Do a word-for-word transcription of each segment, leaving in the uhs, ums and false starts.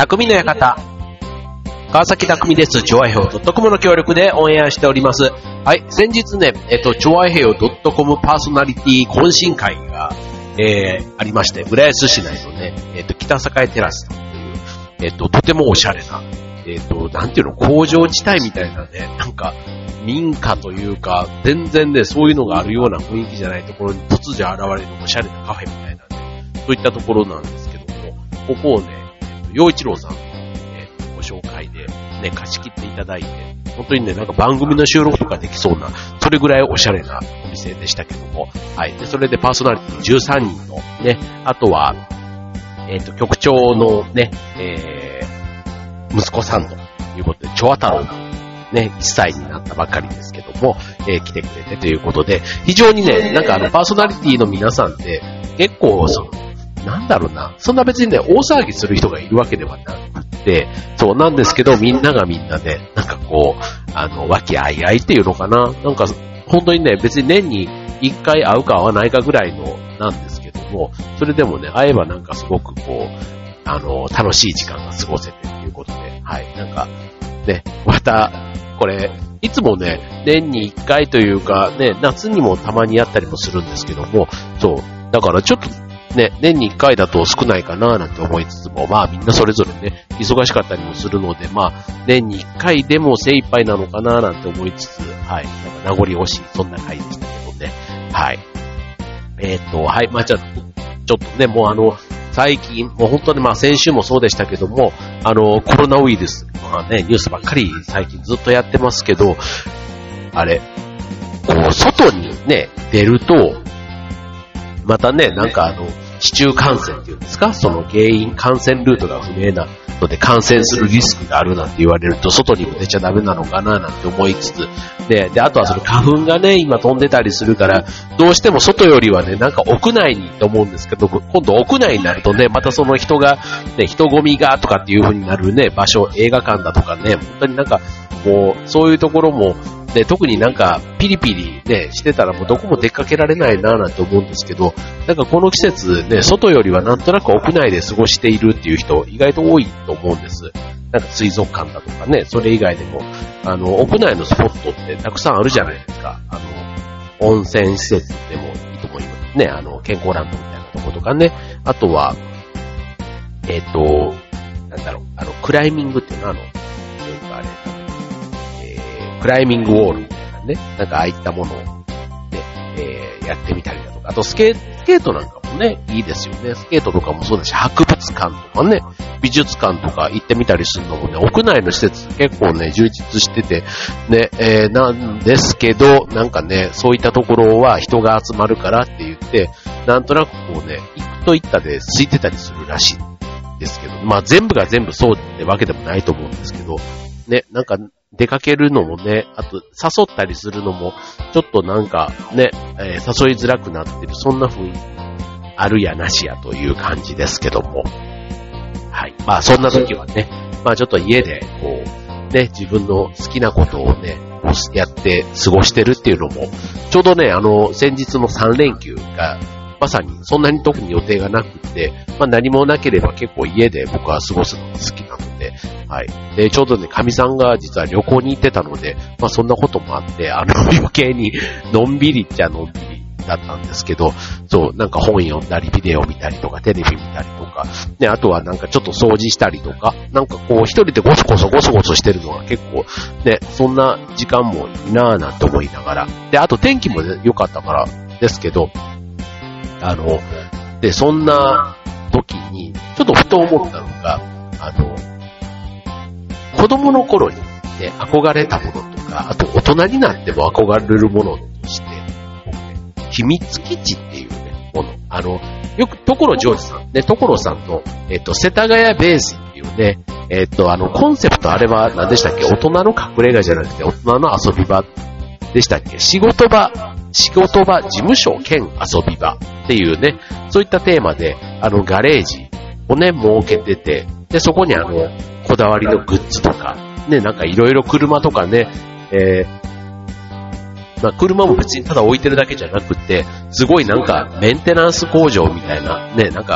匠の館。川崎匠です。チョアヘオ .com の協力でオンエアしております。はい、先日ね、えっと、チョアヘオ .com パーソナリティ懇親会が、えー、ありまして、浦安市内のね、えっと、北栄テラスという、えっと、とてもおしゃれな、えっと、なんていうの、工場地帯みたいなね、なんか、民家というか、全然ね、そういうのがあるような雰囲気じゃないところに突如現れるおしゃれなカフェみたいなね、そういったところなんですけども、ここをね、陽一郎さんの、えー、ご紹介でね、貸し切っていただいて、本当にね、なんか番組の収録とかできそうな、それぐらいおしゃれなお店でしたけども、はい。で、それでパーソナリティじゅうさんにんのね、あとは、えっと、局長のね、えー、息子さんということで、チョア太郎がね、いっさいになったばかりですけども、えー、来てくれてということで、非常にね、なんかあの、パーソナリティの皆さんって、結構、その、なんだろうな、そんな別にね、大騒ぎする人がいるわけではなくて、そうなんですけど、みんながみんなね、なんかこう、あの、和気あいあいっていうのかな、なんか、本当にね、別に年に一回会うか会わないかぐらいの、なんですけども、それでもね、会えばなんかすごくこう、あの、楽しい時間が過ごせてということで、はい、なんか、ね、また、これ、いつもね、年に一回というか、ね、夏にもたまにやったりもするんですけども、そう、だからちょっと、ね、年に一回だと少ないかななんて思いつつも、まあみんなそれぞれね、忙しかったりもするので、まあ年に一回でも精一杯なのかななんて思いつつ、はい、なんか名残惜しい、そんな回でしたけどね。はい。えー、っと、はい、まあじゃあ、ちょっとね、もうあの、最近、もう本当にまあ先週もそうでしたけども、あの、コロナウイルス、まあね、ニュースばっかり最近ずっとやってますけど、あれ、こう、外にね、出ると、またね、なんかあの、市中感染っていうんですか、その原因、感染ルートが不明なので感染するリスクがあるなんて言われると、外にも出ちゃダメなのかななんて思いつつ、で、で、あとはその花粉がね、今飛んでたりするから、どうしても外よりはね、なんか屋内にと思うんですけど、今度屋内になるとね、またその人が、ね、人混みがとかっていう風になるね、場所、映画館だとかね、本当になんか、もう、そういうところも、で、特になんか、ピリピリね、してたらもうどこも出かけられないなぁなんて思うんですけど、なんかこの季節ね、外よりはなんとなく屋内で過ごしているっていう人、意外と多いと思うんです。なんか水族館だとかね、それ以外でも、あの、屋内のスポットってたくさんあるじゃないですか。あの、温泉施設でもいいと思いますね。あの、健康ランドみたいなところとかね。あとは、えっと、なんだろう、あの、クライミングっていうのはあの、えっとあれ、クライミングウォールみたいなね、なんかああいったものを、ね、えー、やってみたりだとか、あとスケ、スケートなんかもね、いいですよね。スケートとかもそうだし、博物館とかね、美術館とか行ってみたりするのもね、屋内の施設結構ね、充実してて、ね、えー、なんですけど、なんかね、そういったところは人が集まるからって言って、なんとなくこうね、行くと行ったで空いてたりするらしいんですけど、まあ全部が全部そうってわけでもないと思うんですけど、ね、なんか、出かけるのもね、あと誘ったりするのも、ちょっとなんかね、えー、誘いづらくなってる、そんな雰囲気あるやなしやという感じですけども。はい。まあそんな時はね、まあちょっと家でこう、ね、自分の好きなことをね、やって過ごしてるっていうのも、ちょうどね、あの、先日のさん連休が、まさにそんなに特に予定がなくて、まあ何もなければ結構家で僕は過ごすのが好きなので、はい。で、ちょうどね、神さんが実は旅行に行ってたので、まあそんなこともあって、あの余計にのんびりっちゃのんびりだったんですけど、そう、なんか本読んだり、ビデオ見たりとか、テレビ見たりとか、ね、あとはなんかちょっと掃除したりとか、なんかこう一人でゴソゴソゴソゴソしてるのが結構、ね、そんな時間もいいなぁなんて思いながら、で、あと天気もね、良かったからですけど、あの、で、そんな時に、ちょっとふと思ったのが、あの、子供の頃にね、憧れたものとか、あと大人になっても憧れるものとして、秘密基地っていうね、もの。あの、よく、所ジョージさん、ね、所さんの、えっと、世田谷ベースっていうね、えっと、あの、コンセプトあれは何でしたっけ？大人の隠れ家じゃなくて、大人の遊び場でしたっけ？仕事場、仕事場、事務所兼遊び場っていうね、そういったテーマで、あの、ガレージをね、設けてて、で、そこにあの、こだわりのグッズとか、ね、なんかいろいろ車とかね、えー、まあ、車も別にただ置いてるだけじゃなくて、すごいなんかメンテナンス工場みたいな、ね、なんか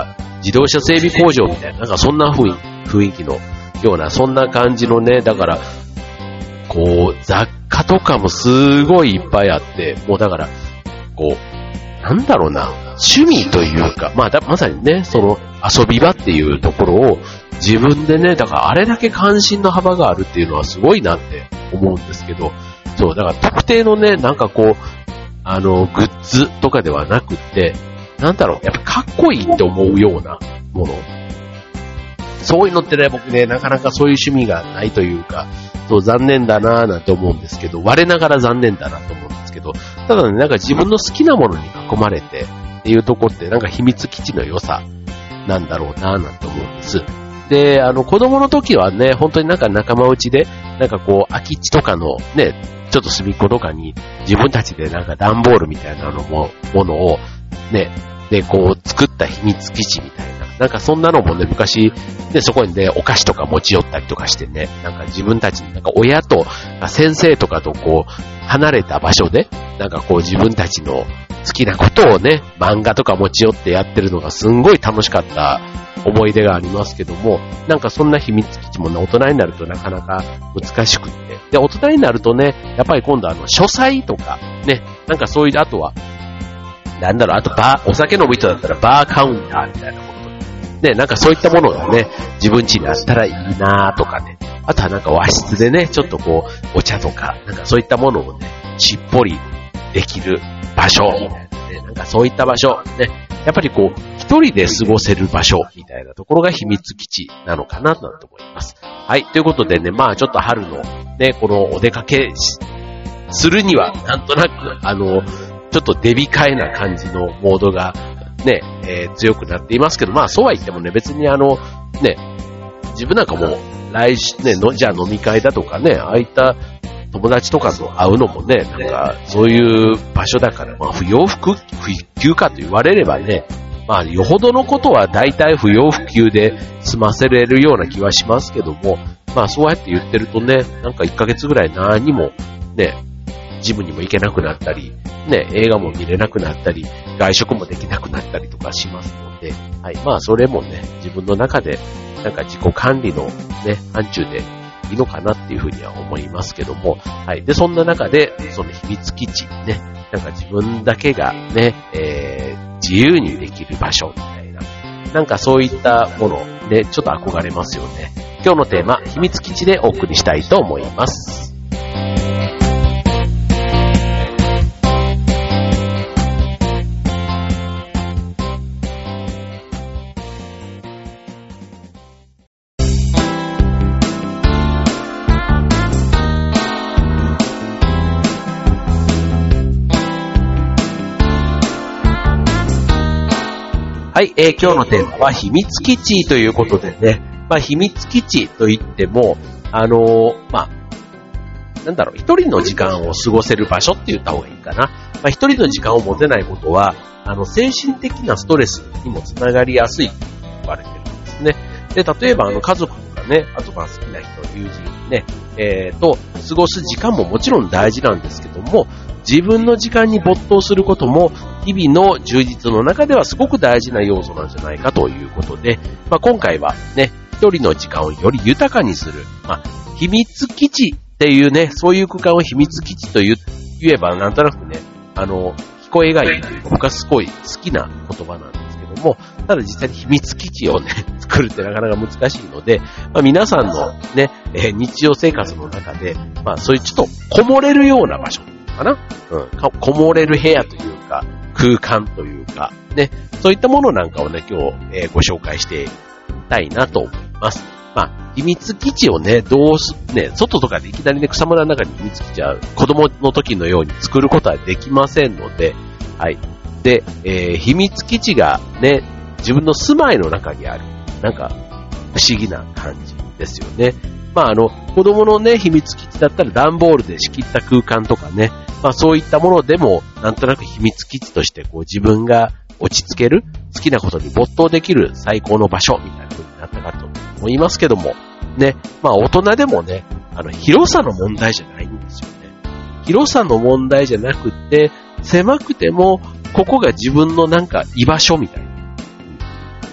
自動車整備工場みたいな、なんかそんな雰囲気、雰囲気のような、そんな感じのね、だから、こう、雑貨とかもすごいいっぱいあって、もうだから、こう、なんだろうな、趣味というか、まあだ、まさにね、その遊び場っていうところを自分でね、だからあれだけ関心の幅があるっていうのはすごいなって思うんですけど、そう、だから特定のね、なんかこう、あの、グッズとかではなくって、なんだろう、やっぱかっこいいって思うようなもの。そういうのってね、僕ね、なかなかそういう趣味がないというか、そう残念だなぁなんて思うんですけど、我ながら残念だなと思うんですけど、ただね、なんか自分の好きなものに囲まれてっていうところってなんか秘密基地の良さなんだろうなぁなんて思うんです。で、あの子供の時はね、本当になんか仲間内で、なんかこう空き地とかのね、ちょっと隅っことかに自分たちでなんか段ボールみたいなのも、ものをね、でこう作った秘密基地みたいな。なんかそんなのもね、昔、ね、そこにね、お菓子とか持ち寄ったりとかしてね、なんか自分たちになんか親と先生とかとこう、離れた場所で、なんかこう自分たちの好きなことをね、漫画とか持ち寄ってやってるのがすんごい楽しかった思い出がありますけども、なんかそんな秘密基地もね、大人になるとなかなか難しくって。で、大人になるとね、やっぱり今度あの、書斎とか、ね、なんかそういう、あとは、なんだろう、あとバー、お酒飲む人だったらバーカウンターみたいな。ね、なんかそういったものがね、自分家にあったらいいなとかね。あとはなんか和室でね、ちょっとこう、お茶とか、なんかそういったものをね、しっぽりできる場所、みたいなね。なんかそういった場所、ね。やっぱりこう、一人で過ごせる場所、みたいなところが秘密基地なのかな、と思います。はい、ということでね、まあちょっと春のね、このお出かけするには、なんとなく、あの、ちょっとデビカエな感じのモードが、ね、えー、強くなっていますけど、まあそうは言ってもね、別にあの、ね、自分なんかも来週ね、の、じゃあ飲み会だとかね、ああいった友達とかと会うのもね、なんかそういう場所だから、まあ不要不急かと言われればね、まあよほどのことは大体不要不急で済ませれるような気はしますけども、まあそうやって言ってるとね、なんかいっかげつぐらい何もね、ジムにも行けなくなったり、ね、映画も見れなくなったり、外食もできなくなったりとかしますので、はい、まあそれもね、自分の中でなんか自己管理のね、範疇でいいのかなっていうふうには思いますけども、はい、でそんな中でその秘密基地ね、なんか自分だけがね、えー、自由にできる場所みたいな、なんかそういったものね、ちょっと憧れますよね。今日のテーマ、秘密基地でお送りしたいと思います。はい、えー、今日のテーマは秘密基地ということでね、まあ秘密基地といっても、あのー、まあ、なんだろう、一人の時間を過ごせる場所って言った方がいいかな。まあ一人の時間を持てないことは、あの、精神的なストレスにもつながりやすいと言われてるんですね。で、例えばあの家族とかね、あとまあ好きな人、友人ね、えーと、過ごす時間ももちろん大事なんですけども、自分の時間に没頭することも日々の充実の中ではすごく大事な要素なんじゃないかということで、まあ、今回はね、一人の時間をより豊かにする、まあ、秘密基地っていうね、そういう空間を秘密基地と言えばなんとなくね、あの、聞こえがいいというか、僕はすごい好きな言葉なんですけども、ただ実際に秘密基地をね、作るってなかなか難しいので、まあ、皆さんのね、えー、日常生活の中で、まあそういうちょっとこもれるような場所かな、うん、かこもれる部屋というか、空間というか、ね、そういったものなんかをね、今日、えー、ご紹介していきたいなと思います。まあ、秘密基地をね、どうす、ね、外とかでいきなりね、草むらの中に秘密基地は子供の時のように作ることはできませんので、はい。で、えー、秘密基地がね、自分の住まいの中にある、なんか、不思議な感じですよね。まあ、あの、子供のね、秘密基地だったら段ボールで仕切った空間とかね、まあそういったものでも、なんとなく秘密基地としてこう自分が落ち着ける、好きなことに没頭できる最高の場所みたいな風になったかと思いますけども、ね、まあ大人でもね、あの広さの問題じゃないんですよね。広さの問題じゃなくて、狭くても、ここが自分のなんか居場所みたいな。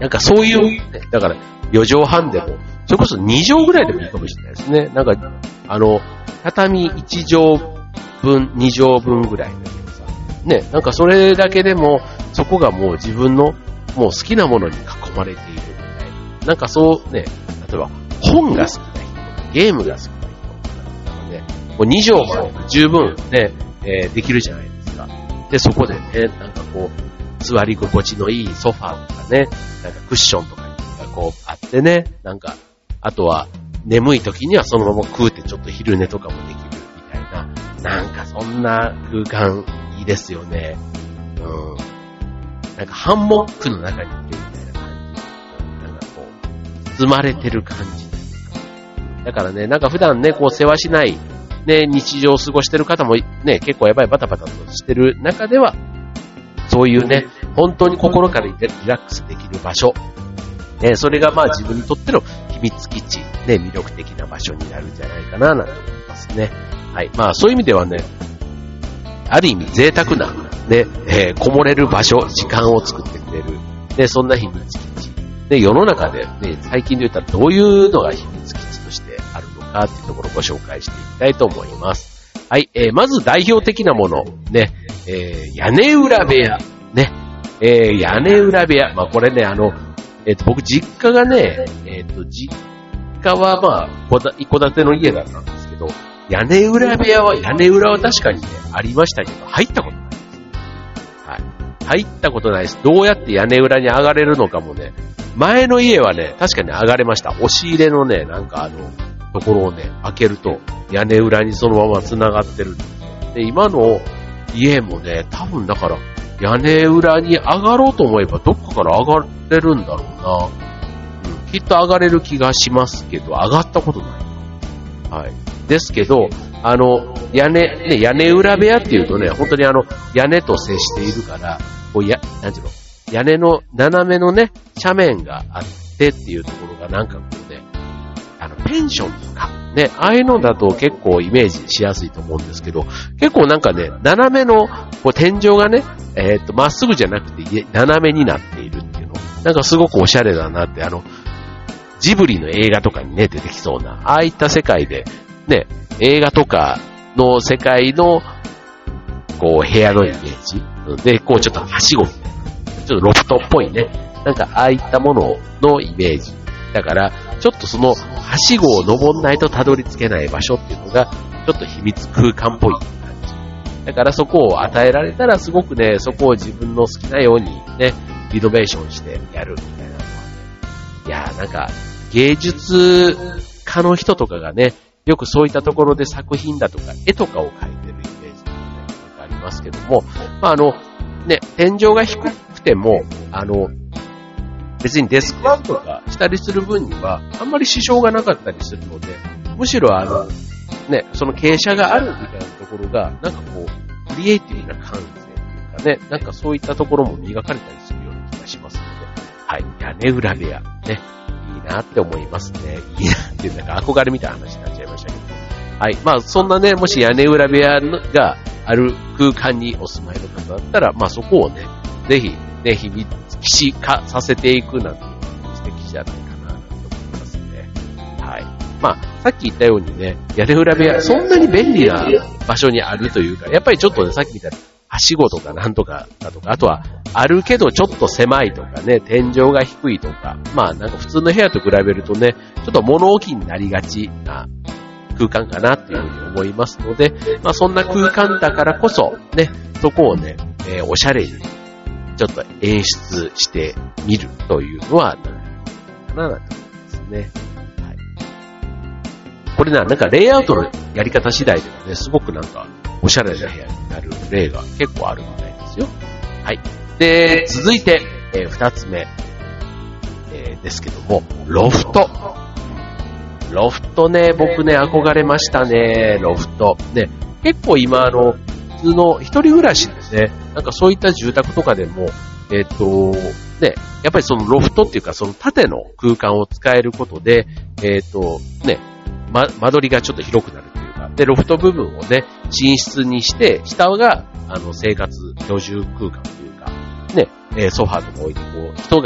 なんかそういう、ね、だからよじょうはんでも、それこそにじょうぐらいでもいいかもしれないですね。なんか、あの、畳いちじょうぶん、にじょうぶんぐらいの広さ。ね、なんかそれだけでも、そこがもう自分の、もう好きなものに囲まれているみたいな。なんかそうね、例えば本が好きな人とか、ゲームが好きな人とかね、もうにじょうも十分ね、えー、できるじゃないですか。で、そこでね、なんかこう、座り心地のいいソファーとかね、なんかクッションとかがこうあってね、なんか、あとは眠い時にはそのまま食うってちょっと昼寝とかもできるみたいな、なんかそんな空間いいですよね。うん。なんかハンモックの中にいるみたいな感じ。なんかこう、包まれてる感じというか。だからね、なんか普段ね、こう世話しない、ね、日常を過ごしてる方もね、結構やばいバタバタとしてる中では、そういうね、本当に心からリラックスできる場所。ね、それがまあ自分にとっての秘密基地、ね、魅力的な場所になるんじゃないかな、なんて思いますね。はい。まあそういう意味ではね、ある意味贅沢な、ね、えー、こもれる場所、時間を作ってくれる。ね、そんな秘密基地。で、世の中でね、最近で言ったらどういうのが秘密基地としてあるのかっていうところをご紹介していきたいと思います。はい。えー、まず代表的なもの、ね、えー、屋根裏部屋。ね、えー、屋根裏部屋。まあこれね、あの、えっと、僕実家がね、えっと、実家はまあ、一戸建ての家だったんですけど、屋根裏部屋は、屋根裏は確かにね、ありましたけど、入ったことないです。はい。入ったことないです。どうやって屋根裏に上がれるのかもね、前の家はね、確かに上がれました。押し入れのね、なんかあの、ところをね、開けると、屋根裏にそのまま繋がってるんですよ。で、今の家もね、多分だから、屋根裏に上がろうと思えばどこから上がれるんだろうな。うん、きっと上がれる気がしますけど、上がったことない。はい。ですけど、あの、屋根、ね、屋根裏部屋っていうとね、本当にあの、屋根と接しているから、こうや、なんていうの、屋根の斜めのね、斜面があってっていうところがなんかこうね、あの、ペンションとか、ね、ああいうのだと結構イメージしやすいと思うんですけど、結構なんかね、斜めの、こう天井がね、えっと、まっすぐじゃなくて、斜めになっているっていうの、なんかすごくおしゃれだなって、あの、ジブリの映画とかにね、出てきそうな、ああいった世界で、ね、映画とかの世界の、こう、部屋のイメージで、こう、ちょっとはしごみたいな、ちょっとロフトっぽいね、なんかああいったもののイメージ。だから、ちょっとその、はしごを登んないとたどり着けない場所っていうのが、ちょっと秘密空間っぽい感じ。だからそこを与えられたらすごくね、そこを自分の好きなようにね、リノベーションしてやるみたいなのはね。いやーなんか、芸術家の人とかがね、よくそういったところで作品だとか、絵とかを描いてるイメージとかね、ありますけども、まああの、ね、天井が低くても、あの、別にデスクワークとかしたりする分には、あんまり支障がなかったりするので、むしろあの、ね、その傾斜があるみたいなところが、なんかこう、クリエイティブな感性というかね、なんかそういったところも磨かれたりするような気がしますので、はい、屋根裏部屋、ね、いいなって思いますね。いいなっていう、なんか憧れみたいな話になっちゃいましたけど。はい、まあそんなね、もし屋根裏部屋がある空間にお住まいの方だったら、まあそこをね、ぜひ、ね、秘密基地化させていくなんていうのが素敵じゃないかなと思いますね。はい。まあ、さっき言ったようにね、屋根裏部屋、そんなに便利な場所にあるというか、やっぱりちょっとね、さっき言ったはしごとかなんとかだとか、あとは、あるけどちょっと狭いとかね、天井が低いとか、まあなんか普通の部屋と比べるとね、ちょっと物置になりがちな空間かなっていうふうに思いますので、まあそんな空間だからこそ、ね、そこをね、えー、おしゃれに、ちょっと演出してみるというのは、なんかかななんて思いますね。はい。これな、なんかレイアウトのやり方次第ではね、すごくなんか、おしゃれな部屋になる例が結構あるみたいですよ。はい。で、続いて、えー、二つ目、えー、ですけども、ロフト。ロフトね、僕ね、憧れましたね、ロフト。ね、結構今、あの、普通の一人暮らしですね、なんかそういった住宅とかでも、えっと、ね、やっぱりそのロフトっていうか、その縦の空間を使えることで、えっと、ね、ま、間取りがちょっと広くなるというか、で、ロフト部分をね、寝室にして、下が、あの、生活、居住空間というか、ね、ソファーとか置いて、こう、人が、一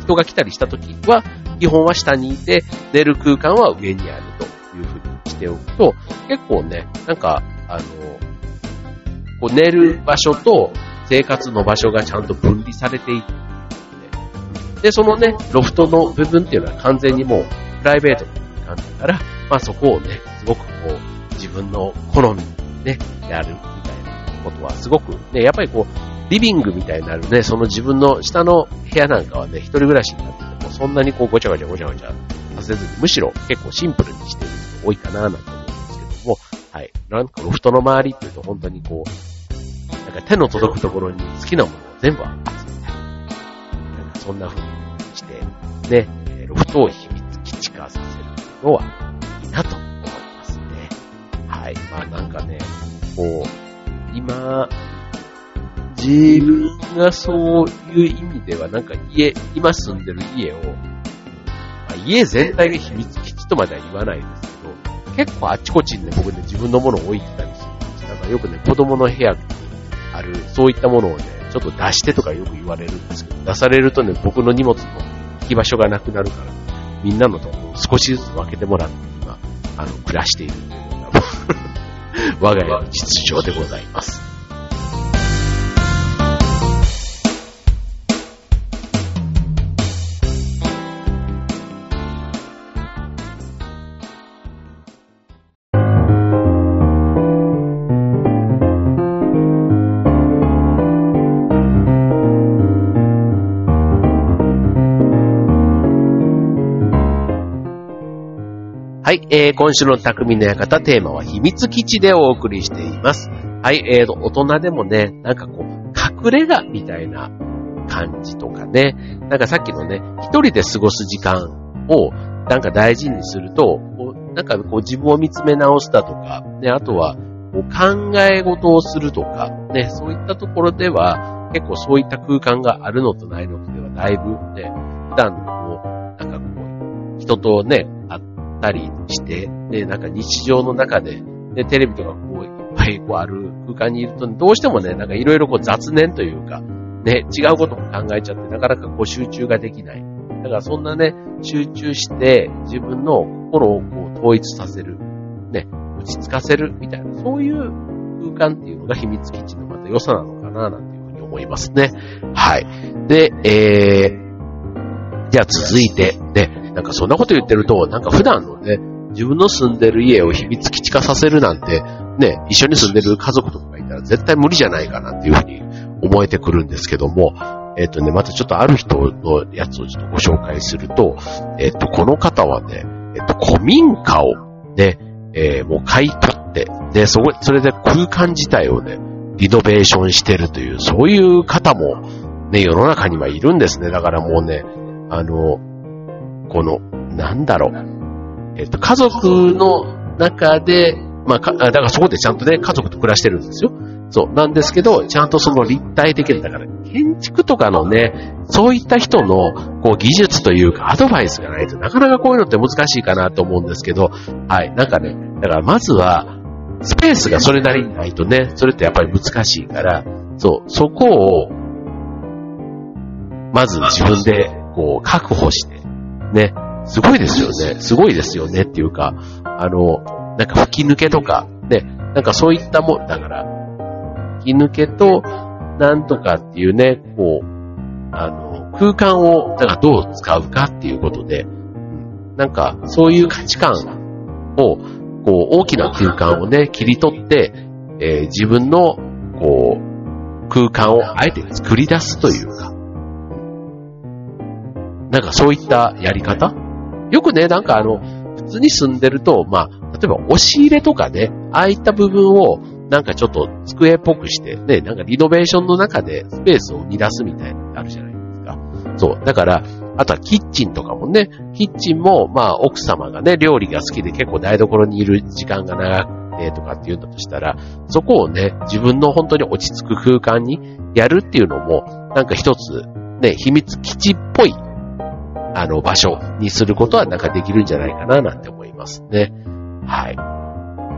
人が来たりした時は、基本は下にいて、寝る空間は上にあるというふうにしておくと、結構ね、なんか、あの、こう寝る場所と生活の場所がちゃんと分離されていて、で、そのね、ロフトの部分っていうのは完全にもうプライベートな感じだから、まあそこをね、すごくこう、自分の好みにね、やるみたいなことはすごくね、やっぱりこう、リビングみたいになるね、その自分の下の部屋なんかはね、一人暮らしになってても、そんなにこう、ごちゃごちゃごちゃごちゃさせずに、むしろ結構シンプルにしてる人多いかななんて思うんですけども、はい。なんかロフトの周りっていうと本当にこう、なんか手の届くところに好きなものを全部集めたり、なんかそんな風にして、ね、ロフトを秘密基地化させるのはいいなと思いますね。はい。まあなんかね、こう、今、自分がそういう意味ではなんか家、今住んでる家を、まあ、家全体が秘密基地とまでは言わないですけど、結構あっちこっちにね、僕ね、自分のものを置いてたりするんです。だからよくね、子供の部屋にある、そういったものをね、ちょっと出してとかよく言われるんですけど、出されるとね、僕の荷物の行き場所がなくなるから、みんなのところを少しずつ分けてもらって、今、あの、暮らしているというような、我が家の実情でございます。はい、えー、今週の匠の館テーマは秘密基地でお送りしています。はい、えーと、大人でもね、なんかこう、隠れ家みたいな感じとかね、なんかさっきのね、一人で過ごす時間をなんか大事にすると、こうなんかこう自分を見つめ直すだとか、ね、あとはこう考え事をするとか、ね、そういったところでは、結構そういった空間があるのとないのとではだいぶね、普段のなんかこう、人とね、たりして、で、なんか日常の中で、で、テレビとかこう、いっぱいこうある空間にいると、どうしてもね、なんかいろいろこう雑念というか、ね、違うことも考えちゃって、なかなかこう集中ができない。だからそんなね、集中して自分の心をこう統一させる、ね、落ち着かせるみたいな、そういう空間っていうのが秘密基地のまた良さなのかな、なんていうふうに思いますね。はい。で、えー、じゃあ続いて、ね、なんかそんなこと言ってると、なんか普段のね、自分の住んでる家を秘密基地化させるなんて、ね、一緒に住んでる家族とかがいたら絶対無理じゃないかなっていうふうに思えてくるんですけども、えっとね、またちょっとある人のやつをちょっとご紹介すると、えっと、この方はね、えっと、古民家をね、えー、もう買い取って、で、そこ、それで空間自体をね、リノベーションしてるという、そういう方もね、世の中にはいるんですね。だからもうね、あの、この、なんだろう。えっと、家族の中で、まあ、か、だからそこでちゃんとね、家族と暮らしてるんですよ。そう。なんですけど、ちゃんとその立体的な、だから建築とかのね、そういった人の、こう、技術というか、アドバイスがないとなかなかこういうのって難しいかなと思うんですけど、はい。なんかね、だからまずは、スペースがそれなりにないとね、それってやっぱり難しいから、そう、そこを、まず自分で、こう、確保して、ね、すごいですよね。すごいですよねっていうか、あの、なんか吹き抜けとか、ね、なんかそういったもん、だから、吹き抜けと、なんとかっていうね、こう、あの、空間を、だからどう使うかっていうことで、なんかそういう価値観を、こう、大きな空間をね、切り取って、えー、自分の、こう、空間をあえて作り出すというか、なんかそういったやり方？よくね、なんかあの、普通に住んでると、まあ、例えば押し入れとかね、ああいった部分をなんかちょっと机っぽくして、ね、なんかリノベーションの中でスペースを生み出すみたいなのってあるじゃないですか。そう。だから、あとはキッチンとかもね、キッチンもまあ奥様がね、料理が好きで結構台所にいる時間が長くてとかっていうんだとしたら、そこをね、自分の本当に落ち着く空間にやるっていうのも、なんか一つね、秘密基地っぽいあの場所にすることはなんかできるんじゃないかななんて思いますね。はい。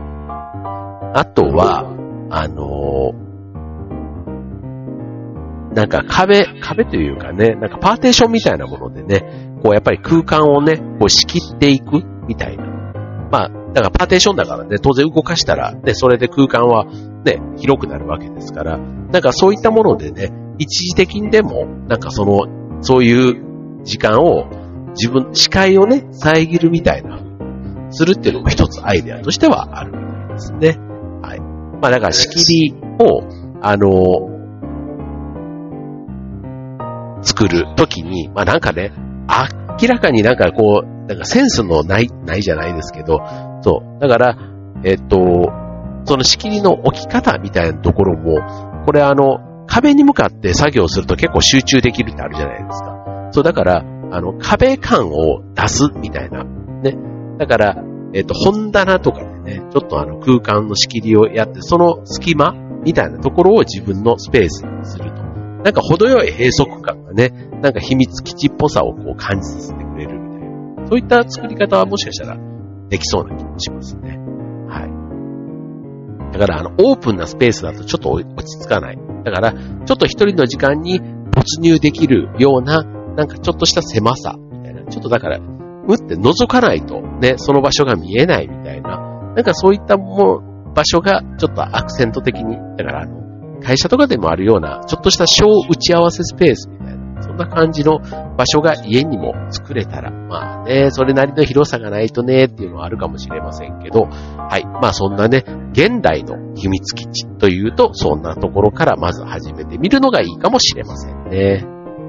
あとは、あのなんか壁、壁というかね、なんかパーテーションみたいなものでね、こうやっぱり空間をね、こう仕切っていくみたいな。まあ、だからパーテーションだからね、当然動かしたら、ね、それで空間はね、広くなるわけですから、なんかそういったものでね、一時的にでも、なんかその、そういう時間を、自分、視界をね、遮るみたいな、するっていうのも一つアイデアとしてはあるみたいですね。はい。まあだから仕切りを、あの、作るときに、まあなんかね、明らかになんかこう、なんかセンスのない、ないじゃないですけど、そう。だから、えっと、その仕切りの置き方みたいなところも、これあの、壁に向かって作業すると結構集中できるってあるじゃないですか。そう、だから、あの、壁感を出すみたいな。ね。だから、えっと、本棚とかでね、ちょっとあの空間の仕切りをやって、その隙間みたいなところを自分のスペースにすると。なんか程よい閉塞感がね、なんか秘密基地っぽさをこう感じさせてくれるみたいな。そういった作り方はもしかしたらできそうな気もしますね。はい。だからあの、オープンなスペースだとちょっと落ち着かない。だから、ちょっと一人の時間に没入できるような、なんかちょっとした狭さみたいな。ちょっとだから、むって覗かないとね、その場所が見えないみたいな。なんかそういったもう場所がちょっとアクセント的に、だからあの、会社とかでもあるような、ちょっとした小打ち合わせスペースみたいな、そんな感じの場所が家にも作れたら、まあね、それなりの広さがないとね、っていうのはあるかもしれませんけど、はい。まあそんなね、現代の秘密基地というと、そんなところからまず始めてみるのがいいかもしれませんね。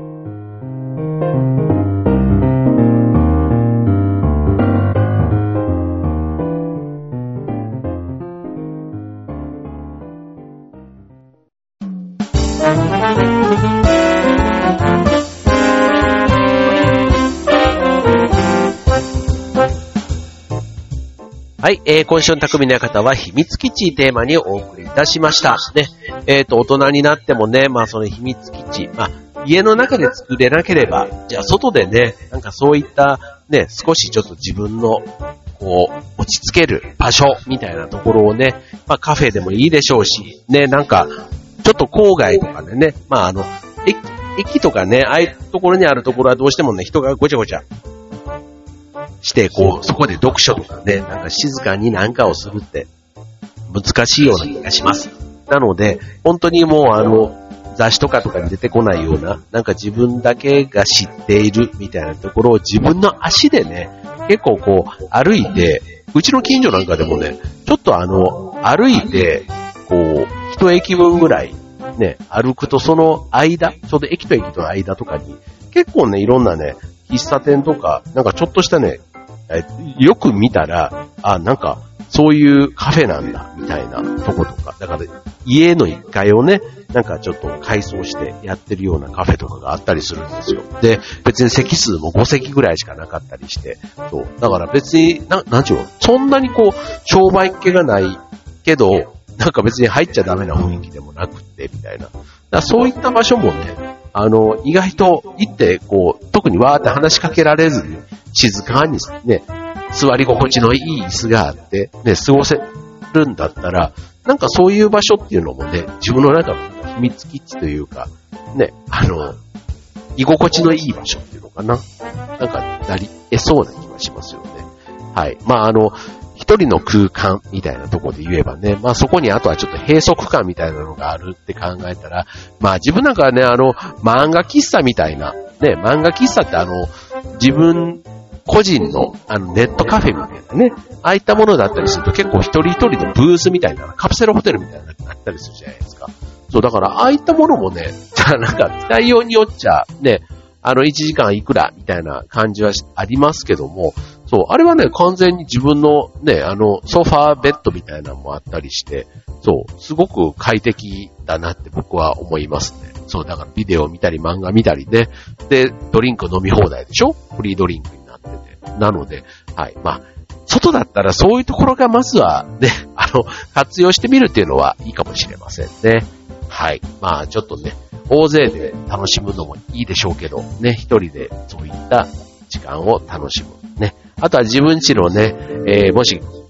はい、えー、今週の匠の館は秘密基地テーマにお送りいたしました。ね、えっと、大人になってもね、まあその秘密基地、まあ家の中で作れなければ、じゃあ外でね、なんかそういったね、少しちょっと自分のこう、落ち着ける場所みたいなところをね、まあカフェでもいいでしょうし、ね、なんか、ちょっと郊外とかでね、まああの、駅、駅とかね、ああいうところにあるところはどうしてもね、人がごちゃごちゃして、こう、そこで読書とかね、なんか静かになんかをするって難しいような気がします。なので、本当にもうあの、雑誌とかとかに出てこないような、なんか自分だけが知っているみたいなところを自分の足でね、結構こう、歩いて、うちの近所なんかでもね、ちょっとあの、歩いて、こう、一駅分ぐらい、ね、歩くとその間、ちょうど駅と駅との間とかに、結構ね、いろんなね、喫茶店とか、なんかちょっとしたね、よく見たら、あ、なんか、そういうカフェなんだ、みたいなとことか。だから、家の一階をね、なんかちょっと改装してやってるようなカフェとかがあったりするんですよ。で、別に席数もご席ぐらいしかなかったりして、そう。だから別に、な、なんちゅうの、そんなにこう、商売っ気がないけど、なんか別に入っちゃダメな雰囲気でもなくって、みたいな。だからそういった場所もね、あの、意外と行って、こう、特にわーって話しかけられずに、静かにね、座り心地のいい椅子があって、ね、過ごせるんだったら、なんかそういう場所っていうのもね、自分の中の秘密基地というか、ね、あの、居心地のいい場所っていうのかな。なんか、なり得そうな気がしますよね。はい。まあ、あの、一人の空間みたいなところで言えばね、まあそこにあとはちょっと閉塞感みたいなのがあるって考えたら、まあ自分なんかはね、あの、漫画喫茶みたいな、ね、漫画喫茶ってあの、自分個人のあのネットカフェみたいなね、ああいったものだったりすると結構一人一人のブースみたいな、カプセルホテルみたいなのがあったりするじゃないですか。そう、だからああいったものもね、なんか期待用によっちゃ、ね、あのいちじかんいくらみたいな感じはありますけども、そう、あれはね、完全に自分のね、あの、ソファーベッドみたいなのもあったりして、そう、すごく快適だなって僕は思いますね。そう、だからビデオ見たり漫画見たりね、で、ドリンク飲み放題でしょ？フリードリンクになってて。なので、はい、まあ、外だったらそういうところがまずはね、あの、活用してみるっていうのはいいかもしれませんね。はい、まあ、ちょっとね、大勢で楽しむのもいいでしょうけど、ね、一人でそういった時間を楽しむ。ね。あとは自分家のね、えー、もし、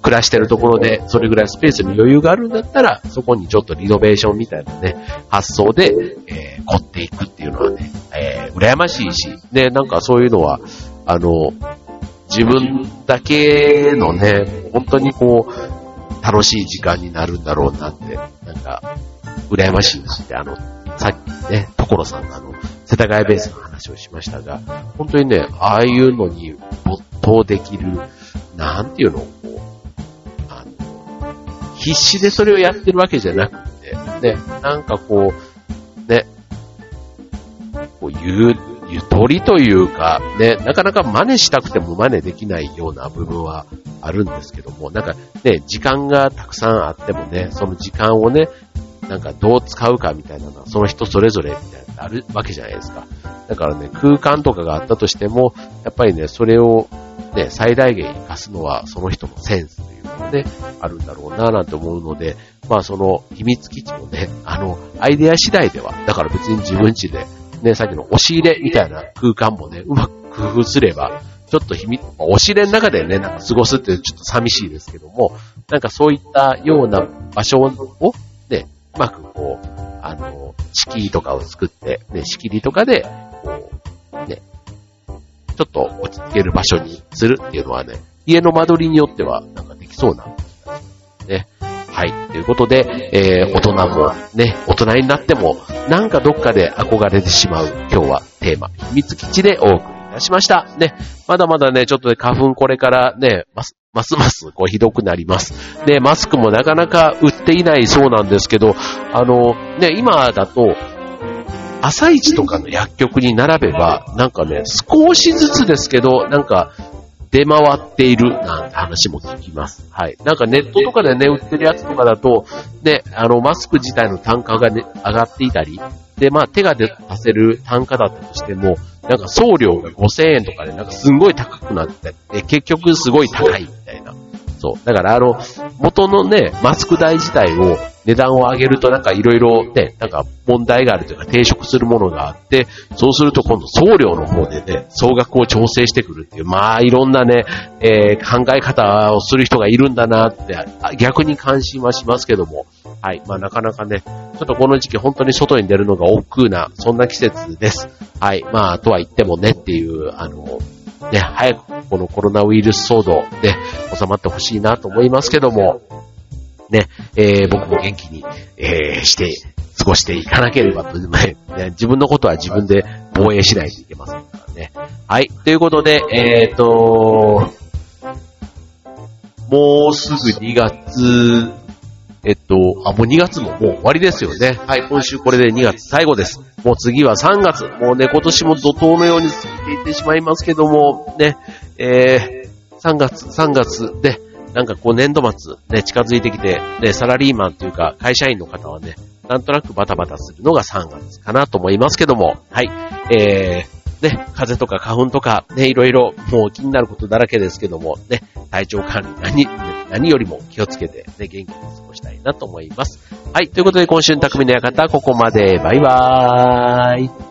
暮らしてるところでそれぐらいスペースに余裕があるんだったら、そこにちょっとリノベーションみたいなね、発想で、えー、凝っていくっていうのはね、えー、羨ましいし、で、なんかそういうのは、あの、自分だけのね、本当にこう、楽しい時間になるんだろうなって、なんか、羨ましいしって、あの、さっきね、所さんのあの、世田谷ベースの話をしましたが、本当にね、ああいうのに没頭できる、なんていうのをこう、あの、必死でそれをやってるわけじゃなくて、ね、なんかこう、ね、こう、ゆ、ゆとりというか、ね、なかなか真似したくても真似できないような部分はあるんですけども、なんかね、時間がたくさんあってもね、その時間をね、なんかどう使うかみたいなのは、その人それぞれみたいなのがあるわけじゃないですか。だからね、空間とかがあったとしても、やっぱりね、それをね、最大限活かすのはその人のセンスというのがね、あるんだろうなぁなんて思うので、まあその秘密基地もね、あの、アイデア次第では、だから別に自分家で、ね、さっきの押し入れみたいな空間もね、うまく工夫すれば、ちょっと秘密、押し入れの中でね、なんか過ごすってちょっと寂しいですけども、なんかそういったような場所をね、うまくこう、あの、敷居とかを作って、ね、仕切りとかで、こう、ね、ちょっと落ち着ける場所にするっていうのはね、家の間取りによってはなんかできそうな気がしますね。はい。ということで、えー、大人もね、大人になっても、なんかどっかで憧れてしまう今日はテーマ、秘密基地でお送りいたしました。ね、まだまだね、ちょっとね、花粉これからね、ますますますこうひどくなります。で、マスクもなかなか売っていないそうなんですけど、あの、ね、今だと、朝市とかの薬局に並べば、なんかね、少しずつですけど、なんか、出回っているなんて話も聞きます。はい。なんかネットとかでね、売ってるやつとかだと、ね、あの、マスク自体の単価がね、上がっていたり、で、まあ、手が出せる単価だったとしても、なんか送料がごせんえんとかで、なんかすんごい高くなって、で結局すごい高いみたいな。そう。だからあの、元のね、マスク代自体を、値段を上げるとなんかいろいろね、なんか問題があるというか抵触するものがあって、そうすると今度送料の方でね、総額を調整してくるっていう、まあいろんなね、えー、考え方をする人がいるんだなって、逆に関心はしますけども、はい、まあなかなかね、ちょっとこの時期本当に外に出るのが億劫な、そんな季節です。はい、まあとは言ってもねっていう、あの、ね、早くこのコロナウイルス騒動で収まってほしいなと思いますけども、ね、えー、僕も元気に、えー、して、過ごしていかなければと、ね、自分のことは自分で防衛しないといけませんからね。はい。ということで、えーと、もうすぐにがつ、えっと、あ、もうにがつももう終わりですよね。はい。今週これでにがつ最後です。もう次はさんがつ。もうね、今年も怒涛のように過ぎていってしまいますけども、ね、えー、さんがつ、さんがつで、なんかこう年度末ね、近づいてきて、ね、サラリーマンというか会社員の方はね、なんとなくバタバタするのがさんがつかなと思いますけども、はい。えー、ね、風邪とか花粉とか、ね、いろいろもう気になることだらけですけども、ね、体調管理何、何よりも気をつけて、ね、元気に過ごしたいなと思います。はい。ということで今週の匠の館、ここまで。バイバーイ。